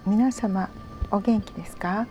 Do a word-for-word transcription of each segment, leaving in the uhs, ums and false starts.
皆様お元気ですか？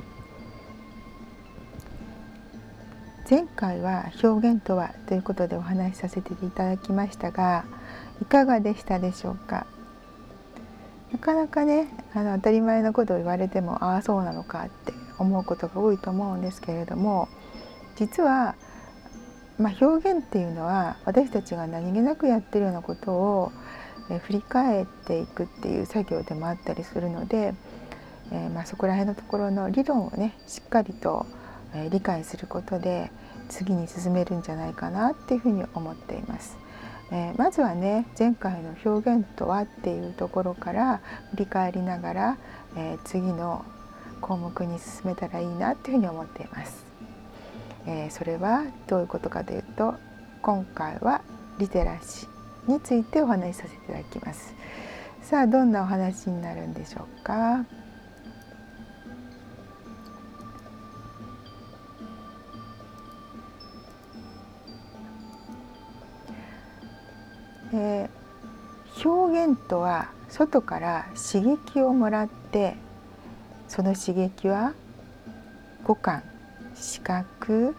前回は表現とはということでお話しさせていただきましたが、いかがでしたでしょうか？なかなかね、あの当たり前のことを言われても、ああそうなのかって思うことが多いと思うんですけれども、実は、まあ、表現っていうのは私たちが何気なくやってるようなことをえ振り返っていくっていう作業でもあったりするので、えーまあ、そこら辺のところの理論をねしっかりと、えー理解することで次に進めるんじゃないかなっていうふうに思っています。えーまずはね、前回の表現とはっていうところから振り返りながら、えー次の項目に進めたらいいなっていうふうに思っています。えーそれはどういうことかというと、今回はリテラシーについてお話しさせていただきます。さあ、どんなお話になるんでしょうか？えー、表現とは外から刺激をもらって、その刺激は五感、視覚、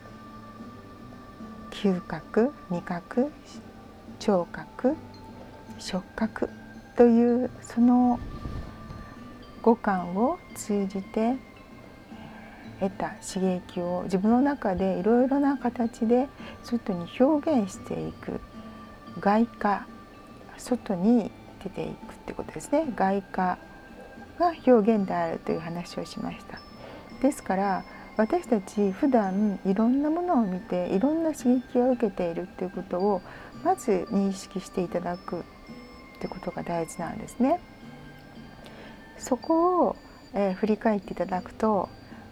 嗅覚、味覚、聴覚、触覚というその五感を通じて得た刺激を自分の中でいろいろな形で外に表現していく、外化、外に出ていくってことですね。外化が表現であるという話をしました。ですから私たち普段いろんなものを見ていろんな刺激を受けているっていうことをまず認識していただくってことが大事なんですね。そこを、えー、振り返っていただくと、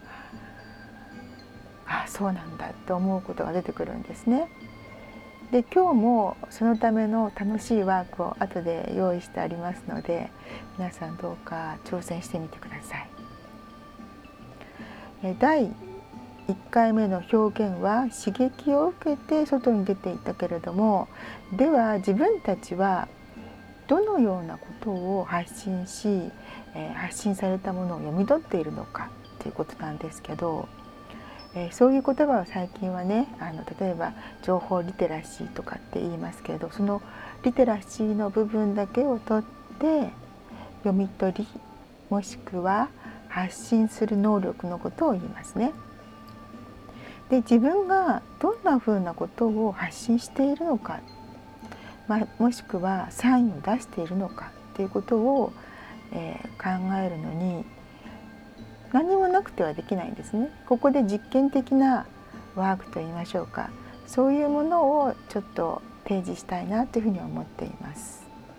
ああそうなんだって思うことが出てくるんですね。で、今日もそのための楽しいワークを後で用意してありますので、皆さんどうか挑戦してみてください。だいいっかいめの表現は刺激を受けて外に出ていったけれども、では自分たちはどのようなことを発信し、えー、発信されたものを読み取っているのかということなんですけど、えー、そういう言葉を最近はね、あの例えば情報リテラシーとかって言いますけれど、そのリテラシーの部分だけを取って読み取り、もしくは発信する能力のことを言いますね。で、自分がどんなふうなことを発信しているのか、まあ、もしくはサインを出しているのかということを、えー、考えるのに何もなくてはできないんですね。ここで実験的なワークといいましょうか、そういうものをちょっと提示したいなというふうに思っています。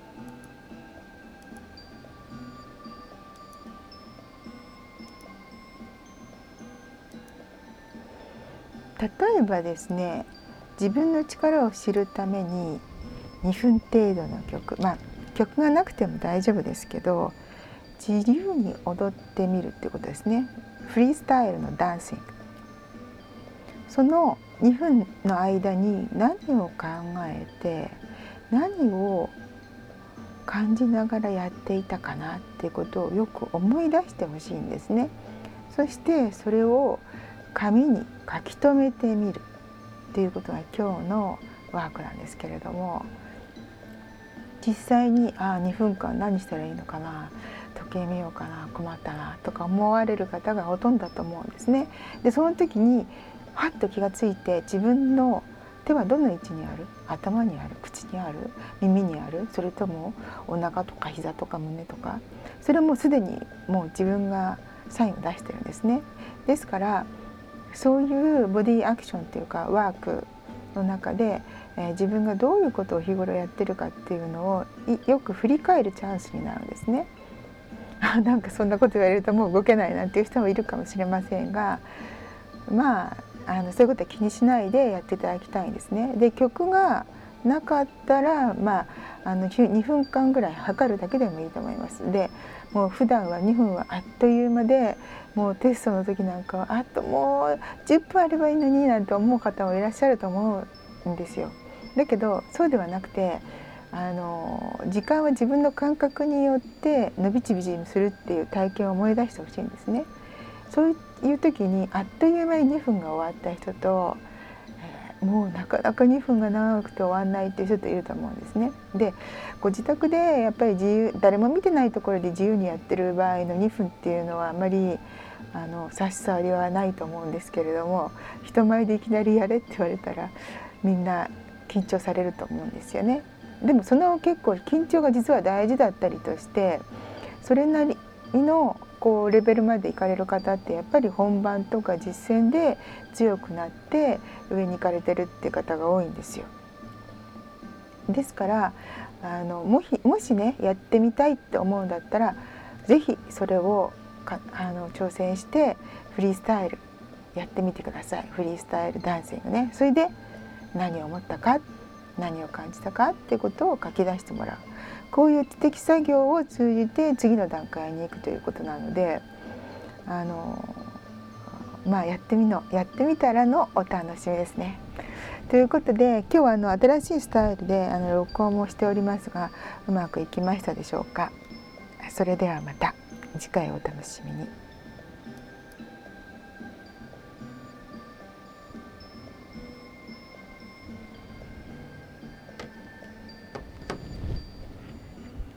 例えばですね、自分の力を知るためににふん程度の曲、まあ曲がなくても大丈夫ですけど、自由に踊ってみるっていうことですね。フリースタイルのダンシング、そのにふんの間に何を考えて何を感じながらやっていたかなっていうことをよく思い出してほしいんですね。そしてそれを紙に書き留めてみるっていうことが今日のワークなんですけれども、実際にあにふんかん何したらいいのかな、時計見ようかな、困ったなとか思われる方がほとんどだと思うんですね。で、その時にはっと気がついて、自分の手はどの位置にある、頭にある、口にある、耳にある、それともお腹とか膝とか胸とか、それもすでにもう自分がサインを出してるんですね。ですからそういうボディアクションというかワークの中で、えー、自分がどういうことを日頃やってるかっていうのをよく振り返るチャンスになるんですね。なんかそんなこと言われるともう動けないなんていう人もいるかもしれませんが、まあ、あのそういうことは気にしないでやっていただきたいんですね。で、曲がなかったら、まあ、あのにふんかんぐらい測るだけでもいいと思います。で、もう普段はにふんはあっという間で、もうテストの時なんかはあともうじゅっぷんあればいいのになんて思う方もいらっしゃると思うんですよ。だけどそうではなくて、 あの時間は自分の感覚によって伸びちびちするっていう体験を思い出してほしいんですね。そういう時にあっという間ににふんが終わった人と、えーもうなかなかにふんが長くて終わんないっていう人といると思うんですね。でご自宅でやっぱり自由誰も見てないところで自由にやってる場合のにふんっていうのはあまりあの差し障りはないと思うんですけれども、人前でいきなりやれって言われたらみんな緊張されると思うんですよね。でもその結構緊張が実は大事だったりとして、それなりのこうレベルまでいかれる方ってやっぱり本番とか実践で強くなって上に行かれてるっていう方が多いんですよ。ですからあのもしもしねやってみたいって思うんだったら是非それをかあの挑戦してフリースタイルやってみてください。フリースタイルダンシングね。それで何を思ったか、何を感じたかっていうことを書き出してもらう。こういう知的作業を通じて次の段階に行くということなので、あのまあやってみのやってみたらのお楽しみですね。ということで今日はあの新しいスタイルであの録音もしておりますが、うまくいきましたでしょうか。それではまた次回お楽しみに。